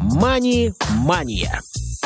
«Мани-мания».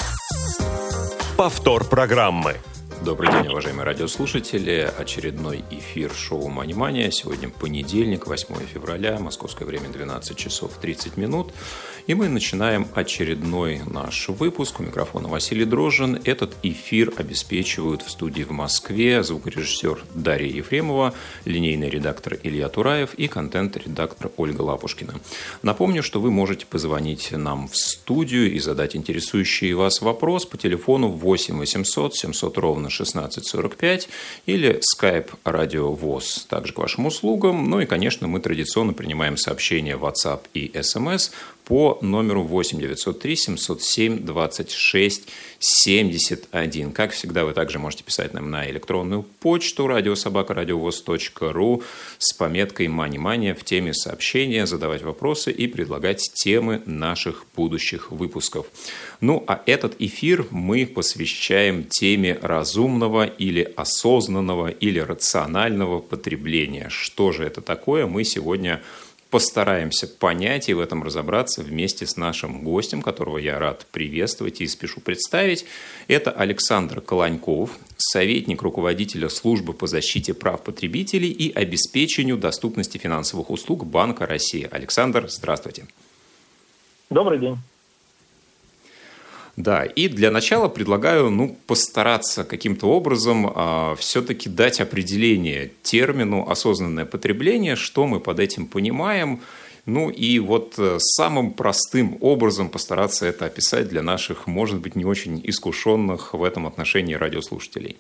Повтор программы. Добрый день, уважаемые радиослушатели. Очередной эфир шоу «Мани-мания». Сегодня понедельник, 8 февраля, московское время 12 часов 30 минут. И мы начинаем очередной наш выпуск. У микрофона Василий Дрожжин. Этот эфир обеспечивают в студии в Москве звукорежиссер Дарья Ефремова, линейный редактор Илья Тураев и контент-редактор Ольга Лапушкина. Напомню, что вы можете позвонить нам в студию и задать интересующий вас вопрос по телефону 8 800 700 ровно 1645 или skype радио ВОС также к вашим услугам. Ну и, конечно, мы традиционно принимаем сообщения в WhatsApp и SMS по номеру 8 903 707 26 71. Как всегда, вы также можете писать нам на электронную почту радиособака.радиовос.ру с пометкой «Мани-мания» в теме сообщения, задавать вопросы и предлагать темы наших будущих выпусков. Ну, а этот эфир мы посвящаем теме разумного или осознанного или рационального потребления. Что же это такое, мы сегодня постараемся понять и в этом разобраться вместе с нашим гостем, которого я рад приветствовать и спешу представить. Это Александр Колоньков, советник руководителя службы по защите прав потребителей и обеспечению доступности финансовых услуг Банка России. Александр, здравствуйте. Добрый день. Да, и для начала предлагаю постараться каким-то образом все-таки дать определение термину «осознанное потребление», что мы под этим понимаем, и вот самым простым образом постараться это описать для наших, может быть, не очень искушенных в этом отношении радиослушателей.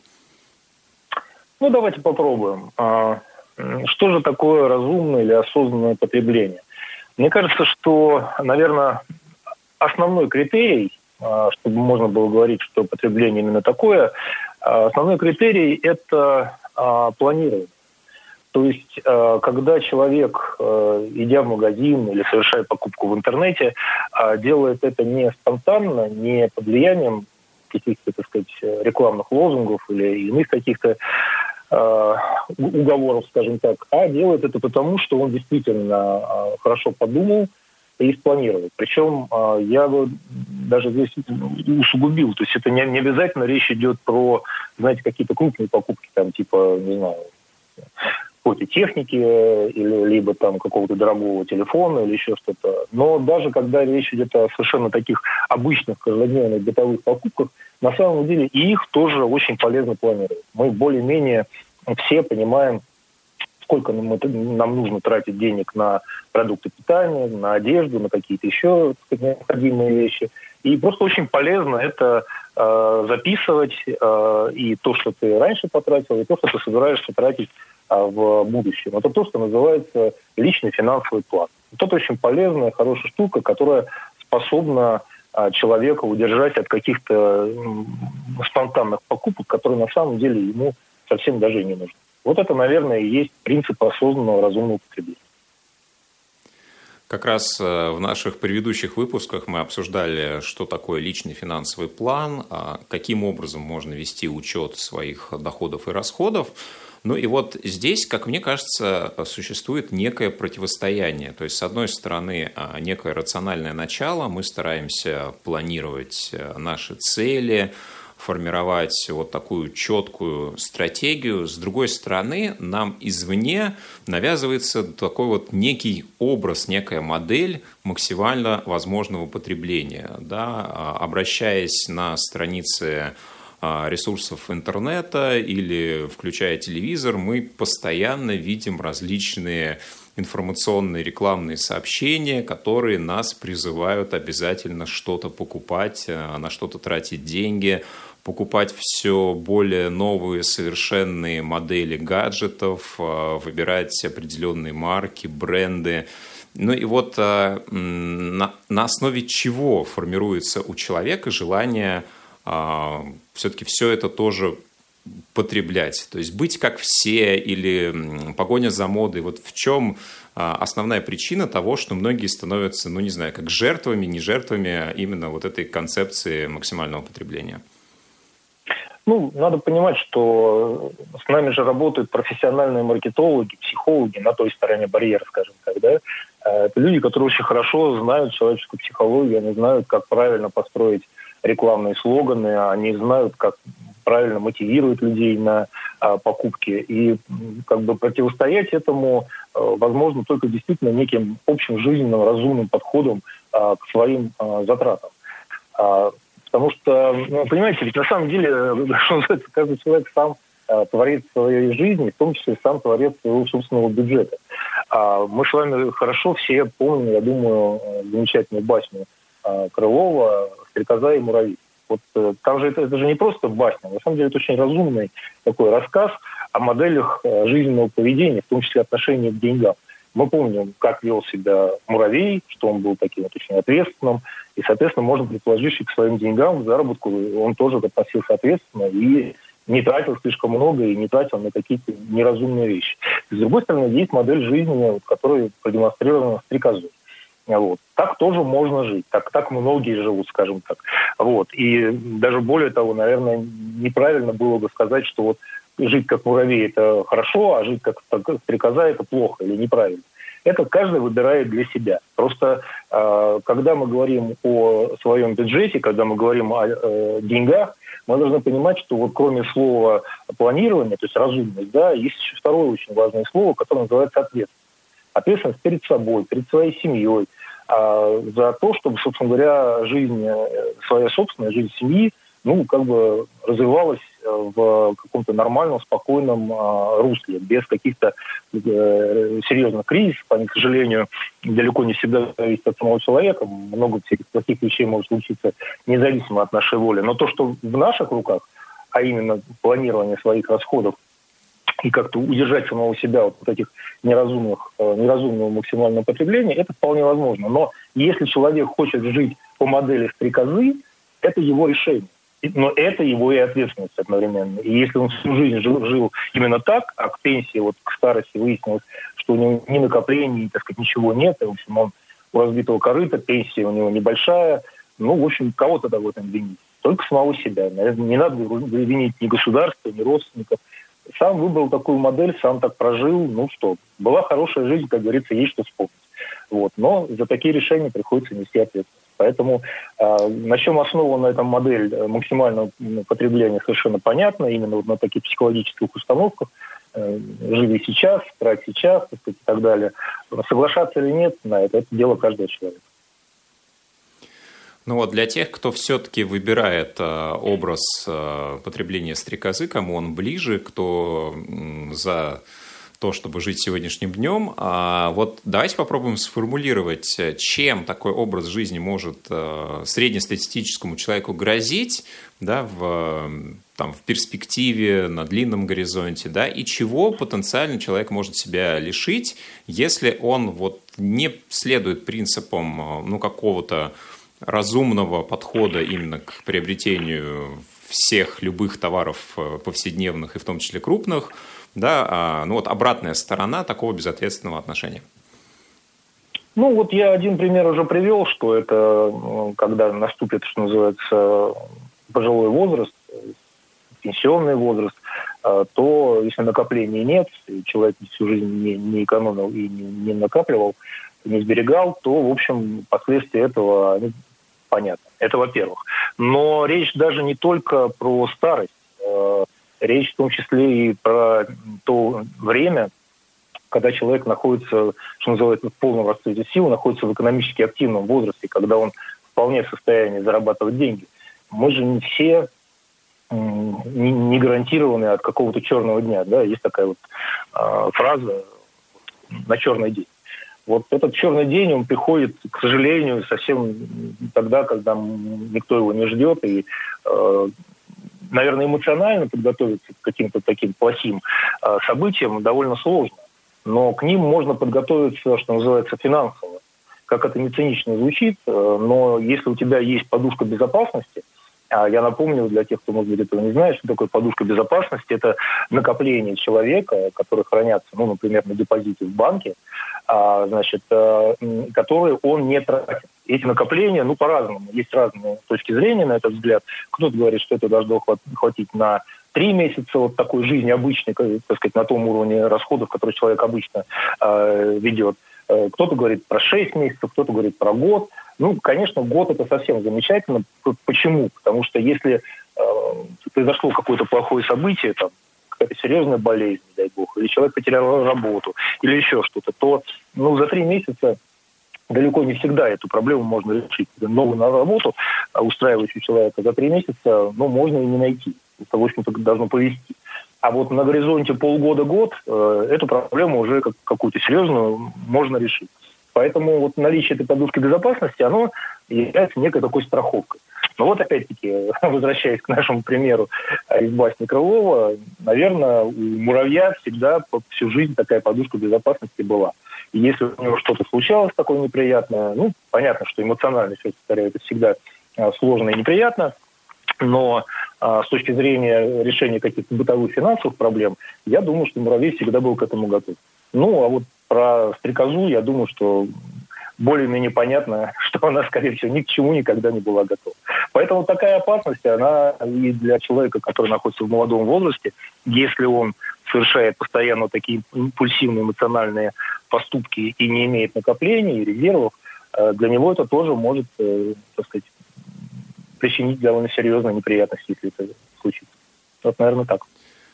Давайте попробуем. Что же такое разумное или осознанное потребление? Мне кажется, что, наверное, основной критерий, чтобы можно было говорить, что потребление именно такое, основной критерий – это планирование. То есть, когда человек, идя в магазин или совершая покупку в интернете, делает это не спонтанно, не под влиянием каких-то, так сказать, рекламных лозунгов или иных каких-то уговоров, скажем так, а делает это потому, что он действительно хорошо подумал и спланировал. Причем я бы даже здесь усугубил. То есть это не обязательно речь идет про, знаете, какие-то крупные покупки, там, типа, не знаю, какой-то техники, или либо там какого-то дорогого телефона или еще что-то. Но даже когда речь идет о совершенно таких обычных каждодневных бытовых покупках, на самом деле и их тоже очень полезно планировать. Мы более-менее все понимаем, сколько нам нужно тратить денег на продукты питания, на одежду, на какие-то еще, так сказать, необходимые вещи. И просто очень полезно это записывать, и то, что ты раньше потратил, и то, что ты собираешься тратить в будущем. Это то, что называется личный финансовый план. Это очень полезная, хорошая штука, которая способна человека удержать от каких-то спонтанных покупок, которые на самом деле ему совсем даже и не нужны. Вот это, наверное, и есть принцип осознанного разумного потребления. Как раз в наших предыдущих выпусках мы обсуждали, что такое личный финансовый план, каким образом можно вести учет своих доходов и расходов. И вот здесь, как мне кажется, существует некое противостояние. То есть, с одной стороны, некое рациональное начало, мы стараемся планировать наши цели, формировать вот такую четкую стратегию. С другой стороны, нам извне навязывается такой вот некий образ, некая модель максимально возможного потребления. Да? Обращаясь на страницы ресурсов интернета или включая телевизор, мы постоянно видим различные информационные рекламные сообщения, которые нас призывают обязательно что-то покупать, на что-то тратить деньги, покупать все более новые совершенные модели гаджетов, выбирать определенные марки, бренды. И вот на основе чего формируется у человека желание все-таки все это тоже потреблять, то есть быть как все или погоня за модой. Вот в чем основная причина того, что многие становятся, как жертвами, не жертвами именно вот этой концепции максимального потребления? Надо понимать, что с нами же работают профессиональные маркетологи, психологи на той стороне барьера, скажем так, да. Это люди, которые очень хорошо знают человеческую психологию, они знают, как правильно построить рекламные слоганы, они знают, как правильно мотивировать людей на покупки. И как бы противостоять этому возможно только действительно неким общим жизненным разумным подходом к своим затратам. Потому что, понимаете, ведь на самом деле, что называется, каждый человек сам творец своей жизни, в том числе сам творец своего собственного бюджета. Мы с вами хорошо все помним, я думаю, замечательную басню Крылова «Стрекоза и муравей». Вот там же это же не просто басня, на самом деле это очень разумный такой рассказ о моделях жизненного поведения, в том числе отношения к деньгам. Мы помним, как вел себя муравей, что он был таким вот очень ответственным, и, соответственно, можно предположить, что к своим деньгам, к заработку он тоже относился ответственно и не тратил слишком много и не тратил на какие-то неразумные вещи. С другой стороны, есть модель жизни, которая продемонстрирована стрекозой. Вот. Так тоже можно жить, так многие живут, скажем так. Вот. И даже более того, наверное, неправильно было бы сказать, что вот жить как муравей – это хорошо, а жить как стрекоза – это плохо или неправильно. Это каждый выбирает для себя. Просто когда мы говорим о своем бюджете, когда мы говорим о деньгах, мы должны понимать, что вот кроме слова планирование, то есть разумность, да, есть еще второе очень важное слово, которое называется ответственность. Ответственность перед собой, перед своей семьей, за то, чтобы, собственно говоря, жизнь, своя собственная жизнь семьи, развивалась в каком-то нормальном, спокойном русле, без каких-то серьезных кризисов. Они, к сожалению, далеко не всегда зависят от самого человека. Много всяких плохих вещей может случиться независимо от нашей воли. Но то, что в наших руках, а именно планирование своих расходов и как-то удержать самого себя от этих неразумного максимального потребления, это вполне возможно. Но если человек хочет жить по модели стрекозы, это его решение. Но это его и ответственность одновременно. И если он всю жизнь жил именно так, а к пенсии, вот к старости выяснилось, что у него ни накоплений, так сказать, ничего нет, и, в общем, он у разбитого корыта, пенсия у него небольшая, в общем, кого тогда в этом винить? Только самого себя. Наверное, не надо винить ни государства, ни родственников. Сам выбрал такую модель, сам так прожил, была хорошая жизнь, как говорится, есть что вспомнить. Вот. Но за такие решения приходится нести ответственность. Поэтому на чем основана эта модель максимального потребления, совершенно понятно, именно вот на таких психологических установках, живи сейчас, трать сейчас, так сказать, и так далее. Соглашаться или нет на это дело каждого человека. Для тех, кто все-таки выбирает образ потребления стрекозы, кому он ближе, кто за то, чтобы жить сегодняшним днем, давайте попробуем сформулировать, чем такой образ жизни может среднестатистическому человеку грозить, да, в перспективе, на длинном горизонте, да, и чего потенциально человек может себя лишить, если он не следует принципам какого-то разумного подхода именно к приобретению всех любых товаров повседневных и в том числе крупных, да, обратная сторона такого безответственного отношения. Я один пример уже привел, что это когда наступит, что называется, пожилой возраст, пенсионный возраст, то если накоплений нет, и человек всю жизнь не экономил и не накапливал, не сберегал, то, в общем, последствия этого они понятны. Это во-первых. Но речь даже не только про старость. Речь в том числе и про то время, когда человек находится, что называется, в полном расцвете сил, находится в экономически активном возрасте, когда он вполне в состоянии зарабатывать деньги. Мы же не все не гарантированы от какого-то черного дня. Да? Есть такая фраза «на черный день». Вот этот черный день, он приходит, к сожалению, совсем тогда, когда никто его не ждет, и наверное, эмоционально подготовиться к каким-то таким плохим событиям довольно сложно. Но к ним можно подготовиться, что называется, финансово. Как это не цинично звучит, но если у тебя есть подушка безопасности, я напомню для тех, кто, может быть, этого не знает, что такое подушка безопасности, это накопление человека, которые хранятся, например, на депозите в банке, которые он не тратит. Эти накопления, по-разному. Есть разные точки зрения на этот взгляд. Кто-то говорит, что это должно хватить на 3 месяца такой жизни обычной, так сказать, на том уровне расходов, который человек обычно ведет. Кто-то говорит про 6 месяцев, кто-то говорит про год. Ну, конечно, год – это совсем замечательно. Почему? Потому что если произошло какое-то плохое событие, там, какая-то серьезная болезнь, не дай бог, или человек потерял работу, или еще что-то, то за 3 месяца далеко не всегда эту проблему можно решить. Новую на работу, устраивающую человека за 3 месяца, можно и не найти. Это, в общем-то, должно повезти. А вот на горизонте полгода-год эту проблему уже какую-то серьезную можно решить. Поэтому вот наличие этой подушки безопасности, оно является некой такой страховкой. Но вот опять-таки, возвращаясь к нашему примеру из басни Крылова, наверное, у муравья всегда всю жизнь такая подушка безопасности была. И если у него что-то случалось такое неприятное, понятно, что эмоционально, еще повторяю, это всегда сложно и неприятно, но с точки зрения решения каких-то бытовых финансовых проблем, я думаю, что муравей всегда был к этому готов. А вот про стрекозу, я думаю, что более-менее понятно, что она, скорее всего, ни к чему никогда не была готова. Поэтому такая опасность, она и для человека, который находится в молодом возрасте, если он совершает постоянно такие импульсивные эмоциональные поступки и не имеет накоплений и резервов, для него это тоже может, причинить довольно серьезные неприятности, если это случится. Вот, наверное, так.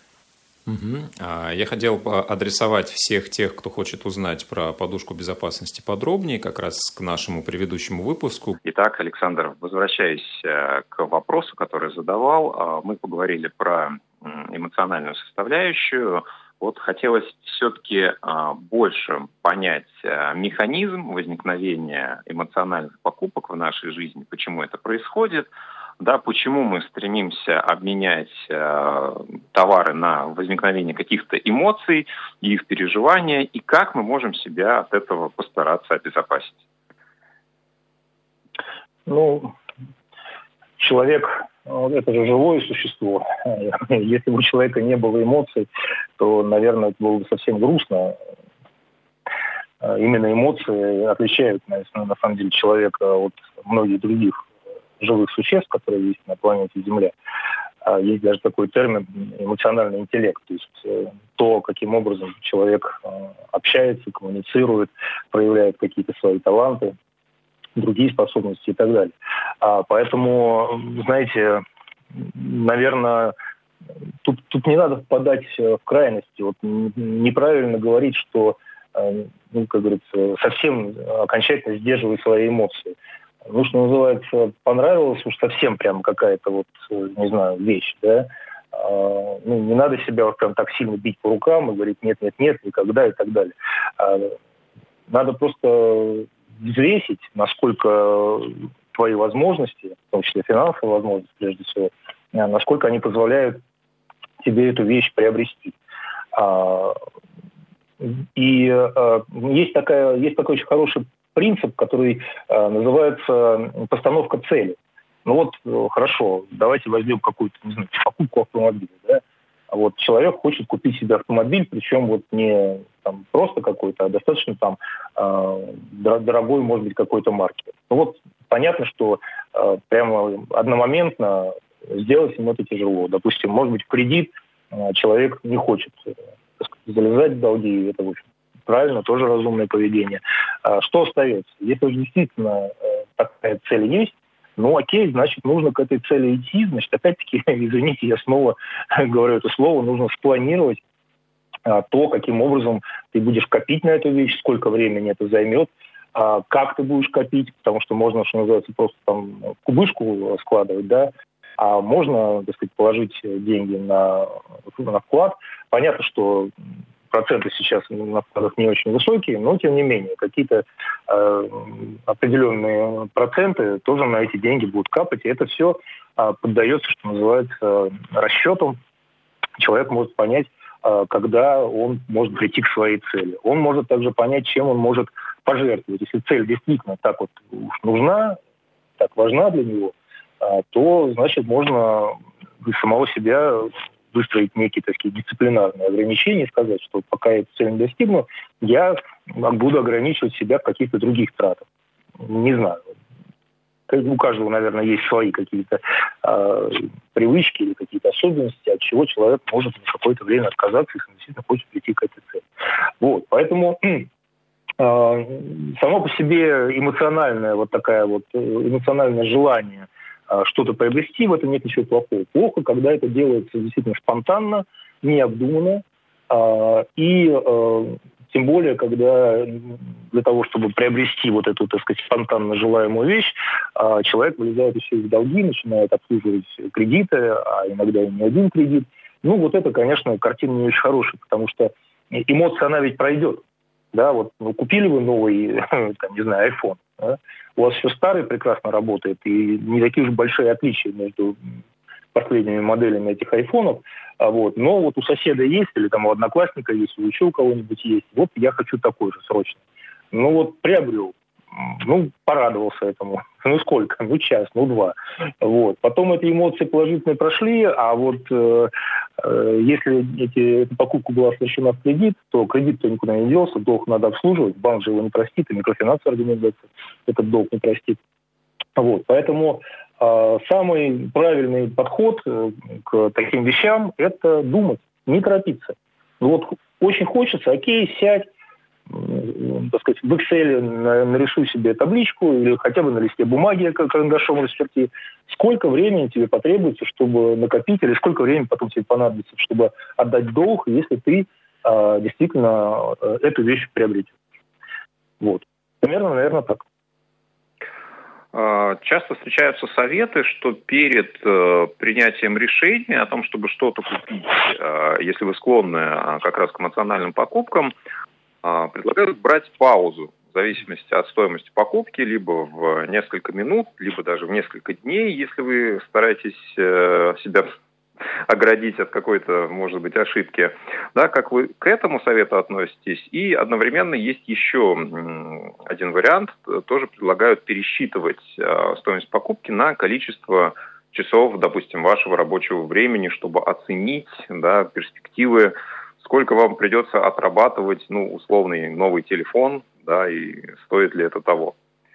Я хотел адресовать всех тех, кто хочет узнать про подушку безопасности подробнее, как раз к нашему предыдущему выпуску. Итак, Александр, возвращаясь к вопросу, который задавал, мы поговорили про эмоциональную составляющую. Вот хотелось все-таки больше понять механизм возникновения эмоциональных покупок в нашей жизни, почему это происходит. Да, почему мы стремимся обменять товары на возникновение каких-то эмоций, их переживания, и как мы можем себя от этого постараться обезопасить? Человек – это же живое существо. Если бы у человека не было эмоций, то, наверное, это было бы совсем грустно. Именно эмоции отличают, на самом деле, человека от многих других живых существ, которые есть на планете Земля. Есть даже такой термин эмоциональный интеллект, то есть то, каким образом человек общается, коммуницирует, проявляет какие-то свои таланты, другие способности и так далее. Поэтому, знаете, наверное, тут не надо впадать в крайности. Вот неправильно говорить, что, как говорится, совсем окончательно сдерживать свои эмоции. Что называется, понравилась уж совсем прям какая-то вещь, да. Не надо себя вот прям так сильно бить по рукам и говорить нет, никогда и так далее. Надо просто взвесить, насколько твои возможности, в том числе финансовые возможности, прежде всего, насколько они позволяют тебе эту вещь приобрести. И есть такой очень хороший принцип, который называется постановка цели. Хорошо, давайте возьмем какую-то, покупку автомобиля, да? Человек хочет купить себе автомобиль, причем не просто какой-то, а достаточно дорогой, может быть, какой-то марки. Понятно, что прямо одномоментно сделать ему это тяжело. Допустим, может быть, в кредит человек не хочет залезать в долги, это, в общем, правильно, тоже разумное поведение. Что остается? Если уже действительно такая цель есть, окей, значит, нужно к этой цели идти. Значит, опять-таки, извините, я снова говорю это слово, нужно спланировать то, каким образом ты будешь копить на эту вещь, сколько времени это займет, как ты будешь копить, потому что можно, что называется, просто кубышку складывать, да, а можно, положить деньги на вклад. Понятно, что проценты сейчас на вкладах не очень высокие, но, тем не менее, какие-то определенные проценты тоже на эти деньги будут капать, и это все поддается, что называется, расчетам. Человек может понять, когда он может прийти к своей цели. Он может также понять, чем он может пожертвовать. Если цель действительно так уж нужна, так важна для него, то, значит, можно для самого себя выстроить некие такие дисциплинарные ограничения и сказать, что пока я эту цель не достигну, я буду ограничивать себя в каких-то других тратах. Не знаю. У каждого, наверное, есть свои какие-то привычки или какие-то особенности, от чего человек может на какое-то время отказаться, если он действительно хочет прийти к этой цели. Поэтому само по себе эмоциональное эмоциональное желание что-то приобрести, в этом нет ничего плохого. Плохо, когда это делается действительно спонтанно, необдуманно, и тем более, когда для того, чтобы приобрести вот эту, так сказать, спонтанно желаемую вещь, человек вылезает еще и в долги, начинает обслуживать кредиты, а иногда и не один кредит. Ну, вот это, конечно, картина не очень хорошая, потому что эмоция, она ведь пройдет. Да, вот, купили вы новый, там, не знаю, iPhone, да? У вас еще старый прекрасно работает, и не такие уж большие отличия между последними моделями этих айфонов, но вот у соседа есть, или там у одноклассника есть, или еще у кого-нибудь есть, вот я хочу такой же срочно. Ну вот приобрел, порадовался этому. Ну сколько? Час, два. Вот. Потом эти эмоции положительные прошли, а вот если эта покупка была совершена в кредит, то кредит-то никуда не делся, долг надо обслуживать, банк же его не простит, и микрофинансовая организация этот долг не простит. Вот. Поэтому самый правильный подход к таким вещам – это думать, не торопиться. Очень хочется, окей, сядь, так сказать, в Excel нарисуй себе табличку или хотя бы на листе бумаги карандашом расчерти, сколько времени тебе потребуется, чтобы накопить, или сколько времени потом тебе понадобится, чтобы отдать долг, если ты действительно эту вещь приобретешь. Вот. Примерно, наверное, так. Часто встречаются советы, что перед принятием решения о том, чтобы что-то купить, если вы склонны как раз к эмоциональным покупкам, предлагают брать паузу в зависимости от стоимости покупки, либо в несколько минут, либо даже в несколько дней, если вы стараетесь себя оградить от какой-то, может быть, ошибки. Да, как вы к этому совету относитесь? И одновременно есть еще один вариант. Тоже предлагают пересчитывать стоимость покупки на количество часов, допустим, вашего рабочего времени, чтобы оценить, да, перспективы, сколько вам придется отрабатывать, условный новый телефон, да, и стоит ли это того?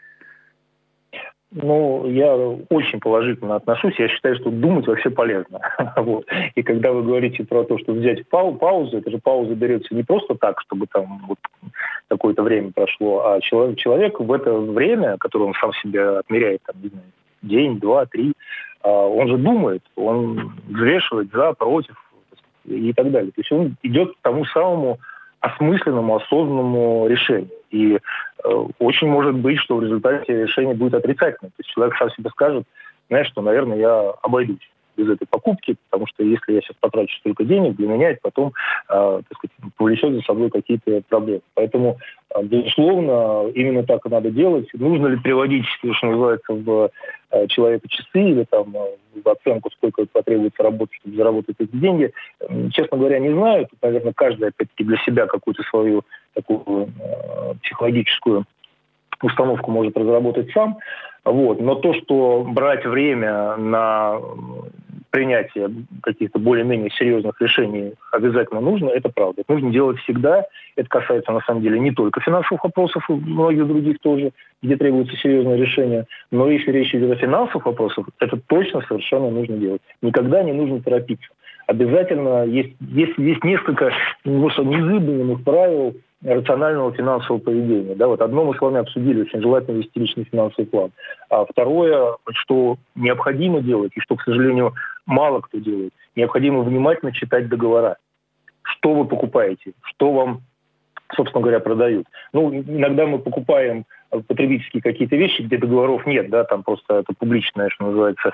Я очень положительно отношусь. Я считаю, что думать вообще полезно. Вот. И когда вы говорите про то, что взять паузу, это же пауза берется не просто так, чтобы там какое-то время прошло, а человек в это время, которое он сам себе отмеряет, там, не знаю, день, два, три, он же думает, он взвешивает за, против и так далее. То есть он идет к тому самому осмысленному, осознанному решению. И очень может быть, что в результате решение будет отрицательным. То есть человек сам себе скажет, знаешь, что, наверное, я обойдусь без этой покупки, потому что если я сейчас потрачу столько денег, для меня это потом, так сказать, повлечет за собой какие-то проблемы. Поэтому, безусловно, именно так и надо делать. Нужно ли приводить, что называется, в человека часы или там в оценку, сколько потребуется работать, чтобы заработать эти деньги, честно говоря, не знаю. Тут, наверное, каждый, опять-таки, для себя какую-то свою такую психологическую установку может разработать сам. Вот. Но то, что брать время на принятие каких-то более-менее серьезных решений обязательно нужно, это правда. Это нужно делать всегда. Это касается, на самом деле, не только финансовых вопросов, и многих других тоже, где требуется серьезное решение. Но если речь идет о финансовых вопросах, это точно совершенно нужно делать. Никогда не нужно торопиться. Обязательно есть несколько незыблемых правил рационального финансового поведения. Да, вот одно мы с вами обсудили, очень желательно вести личный финансовый план. А второе, что необходимо делать, и что, к сожалению, мало кто делает, необходимо внимательно читать договора. Что вы покупаете, что вам, собственно говоря, продают. Иногда мы покупаем потребительские какие-то вещи, где договоров нет, да, там просто это публичная, что называется,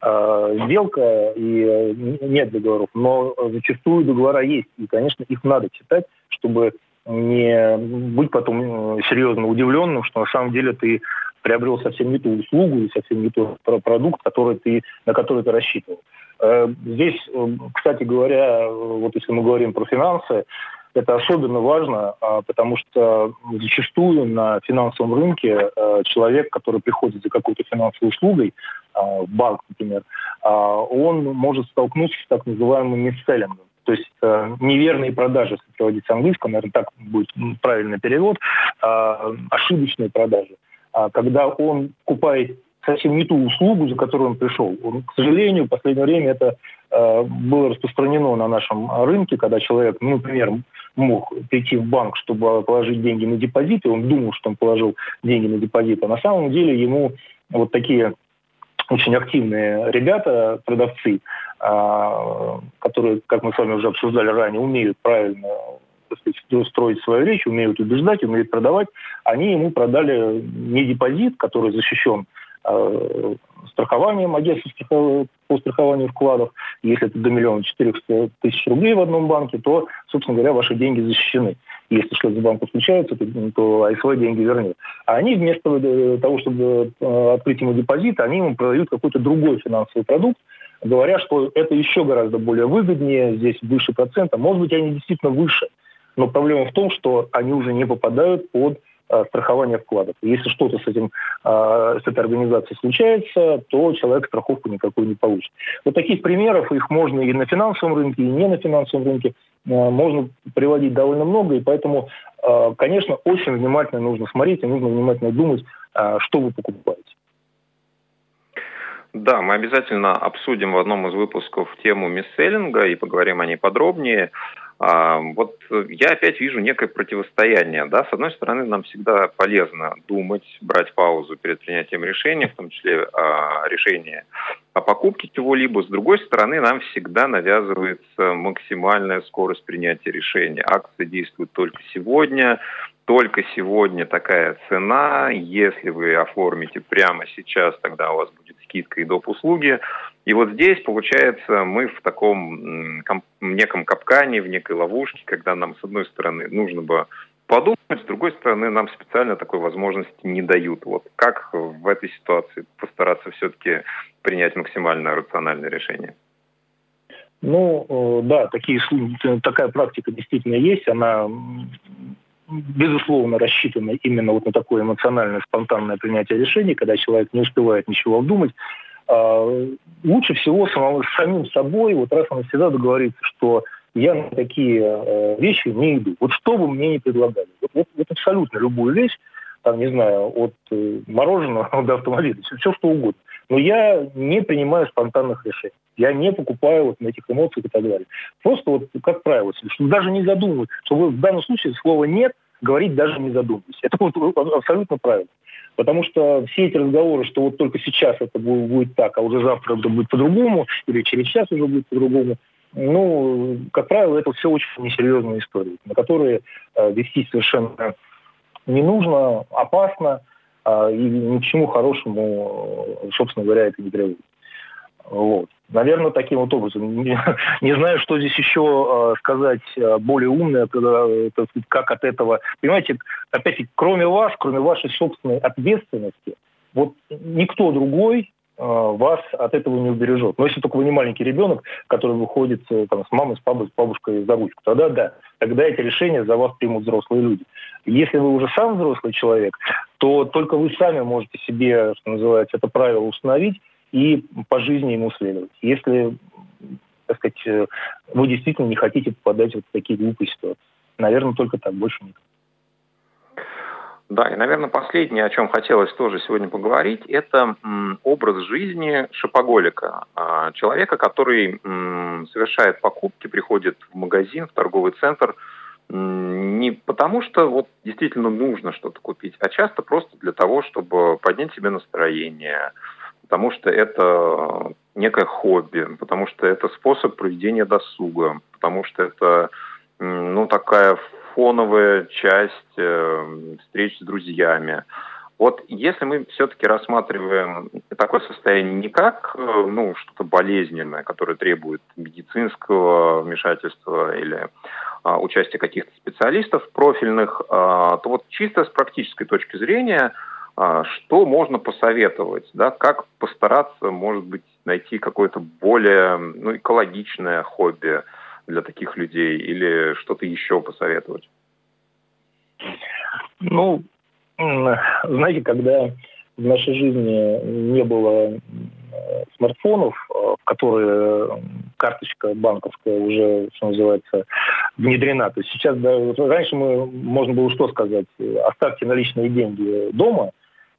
сделка, и нет договоров. Но зачастую договора есть, и, конечно, их надо читать, чтобы не быть потом серьезно удивленным, что на самом деле ты приобрел совсем не ту услугу и совсем не тот продукт, на который ты рассчитывал. Здесь, кстати говоря, вот если мы говорим про финансы, это особенно важно, потому что зачастую на финансовом рынке человек, который приходит за какой-то финансовой услугой, в банк, например, он может столкнуться с так называемым мисселлингом. То есть неверные продажи, если переводить с английского, наверное, так будет правильный перевод, ошибочные продажи. Когда он покупает совсем не ту услугу, за которую он пришел. К сожалению, в последнее время это было распространено на нашем рынке, когда человек, например, мог прийти в банк, чтобы положить деньги на депозит, и он думал, что он положил деньги на депозит, а на самом деле ему вот такие очень активные ребята, продавцы, которые, как мы с вами уже обсуждали ранее, умеют правильно строить свою речь, умеют убеждать, умеют продавать, они ему продали не депозит, который защищен страхованием агентства по страхованию вкладов. Если это до 1 400 000 рублей в одном банке, то, собственно говоря, ваши деньги защищены. Если что-то с банком случается, то АСВ деньги вернет. А они вместо того, чтобы открыть ему депозит, они ему продают какой-то другой финансовый продукт, говоря, что это еще гораздо более выгоднее, здесь выше процента. Может быть, они действительно выше, но проблема в том, что они уже не попадают под страхование вкладов. Если что-то с этой организацией случается, то человек страховку никакую не получит. Вот таких примеров, их можно и на финансовом рынке, и не на финансовом рынке, можно приводить довольно много, и поэтому, конечно, очень внимательно нужно смотреть и нужно внимательно думать, что вы покупаете. Да, мы обязательно обсудим в одном из выпусков тему мисселлинга и поговорим о ней подробнее. Вот я опять вижу некое противостояние. Да? С одной стороны, нам всегда полезно думать, брать паузу перед принятием решения, в том числе решения о покупке чего-либо. С другой стороны, нам всегда навязывается максимальная скорость принятия решения. Акции действуют только сегодня такая цена. Если вы оформите прямо сейчас, тогда у вас будет скидка и доп. Услуги. И вот здесь, получается, мы в таком неком капкане, в некой ловушке, когда нам, с одной стороны, нужно бы подумать, с другой стороны, нам специально такой возможности не дают. Вот как в этой ситуации постараться все-таки принять максимально рациональное решение? Да, такая практика действительно есть. Она, безусловно, рассчитана именно вот на такое эмоциональное, спонтанное принятие решений, когда человек не успевает ничего обдумать. Лучше всего самим собой вот раз и навсегда договориться, что я на такие вещи не иду. Вот что бы мне ни предлагали. Вот абсолютно любую вещь, там, не знаю, от мороженого до автомобиля, все что угодно. Но я не принимаю спонтанных решений. Я не покупаю вот на этих эмоциях и так далее. Просто вот, как правило, чтобы даже не задумывать, чтобы в данном случае слово «нет» говорить даже не задумываясь. Это вот абсолютно правильно. Потому что все эти разговоры, что вот только сейчас это будет так, а уже завтра это будет по-другому, или через час уже будет по-другому, как правило, это все очень несерьезные истории, на которые вести совершенно не нужно, опасно, и ни к чему хорошему, собственно говоря, это не приводит. Вот. Наверное, таким вот образом. Не знаю, что здесь еще сказать более умное, как от этого. Понимаете, опять-таки, кроме вас, кроме вашей собственной ответственности, вот никто другой вас от этого не убережет. Но если только вы не маленький ребенок, который выходит с мамой, с папой, с бабушкой за ручку, тогда эти решения за вас примут взрослые люди. Если вы уже сам взрослый человек, то только вы сами можете себе, что называется, это правило установить и по жизни ему следовать. Если, так сказать, вы действительно не хотите попадать в такие глупые ситуации. Наверное, только так, больше никак. Да, и, наверное, последнее, о чем хотелось тоже сегодня поговорить, это образ жизни шопоголика. Человека, который совершает покупки, приходит в магазин, в торговый центр, не потому что вот действительно нужно что-то купить, а часто просто для того, чтобы поднять себе настроение, потому что это некое хобби, потому что это способ проведения досуга, потому что это такая фоновая часть встреч с друзьями. Вот если мы все-таки рассматриваем такое состояние не как что-то болезненное, которое требует медицинского вмешательства или участия каких-то специалистов профильных, то вот чисто с практической точки зрения, что можно посоветовать, да, как постараться, может быть, найти какое-то более экологичное хобби для таких людей или что-то еще посоветовать? Знаете, когда в нашей жизни не было смартфонов, в которые карточка банковская уже, что называется, внедрена. То есть сейчас, раньше можно было что сказать? Оставьте наличные деньги дома,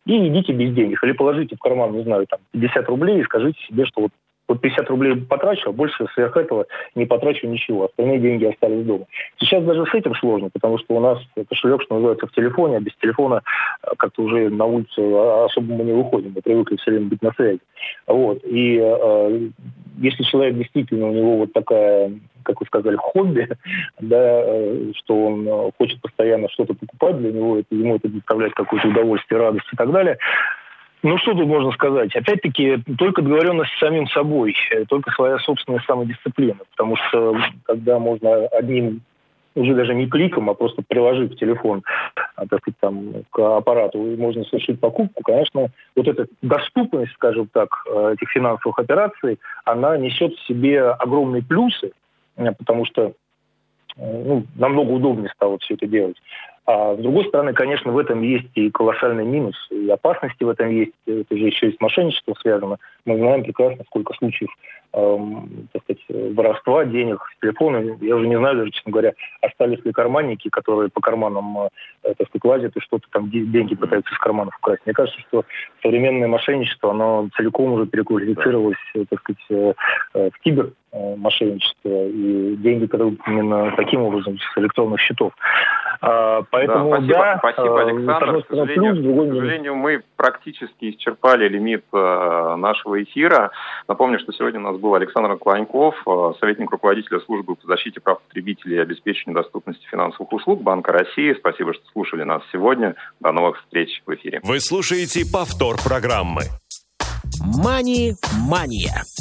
и идите без денег. Или положите в карман, не знаю, там 50 рублей и скажите себе, что вот 50 рублей потрачу, а больше сверх этого не потрачу ничего. Остальные деньги остались дома. Сейчас даже с этим сложно, потому что у нас кошелек, что называется, в телефоне, а без телефона как-то уже на улицу особо мы не выходим. Мы привыкли все время быть на связи. Вот. И если человек действительно, у него вот такая, как вы сказали, хобби, да, что он хочет постоянно что-то покупать для него, ему это доставляет какое-то удовольствие, радость и так далее. Ну, что тут можно сказать? Опять-таки, только договоренность с самим собой, только своя собственная самодисциплина. Потому что, когда можно одним, уже даже не кликом, а просто приложив телефон, так сказать, там, к аппарату, можно совершить покупку, конечно, вот эта доступность, скажем так, этих финансовых операций, она несет в себе огромные плюсы, потому что намного удобнее стало все это делать. А с другой стороны, конечно, в этом есть и колоссальный минус, и опасности в этом есть. Это же еще и с мошенничеством связано. Мы знаем прекрасно, сколько случаев, так сказать, воровства денег с телефона. Я уже не знаю даже, честно говоря, остались ли карманники, которые по карманам, так сказать, лазят и что-то там, деньги пытаются из карманов украсть. Мне кажется, что современное мошенничество, оно целиком уже переквалифицировалось, так сказать, в кибермошенничество. И деньги, которые именно таким образом с электронных счетов. Поэтому, спасибо, Александр. К сожалению, мы практически исчерпали лимит нашего эфира. Напомню, что сегодня у нас был Александр Клоньков, советник руководителя службы по защите прав потребителей и обеспечению доступности финансовых услуг Банка России. Спасибо, что слушали нас сегодня. До новых встреч в эфире. Вы слушаете повтор программы. Мани-мания.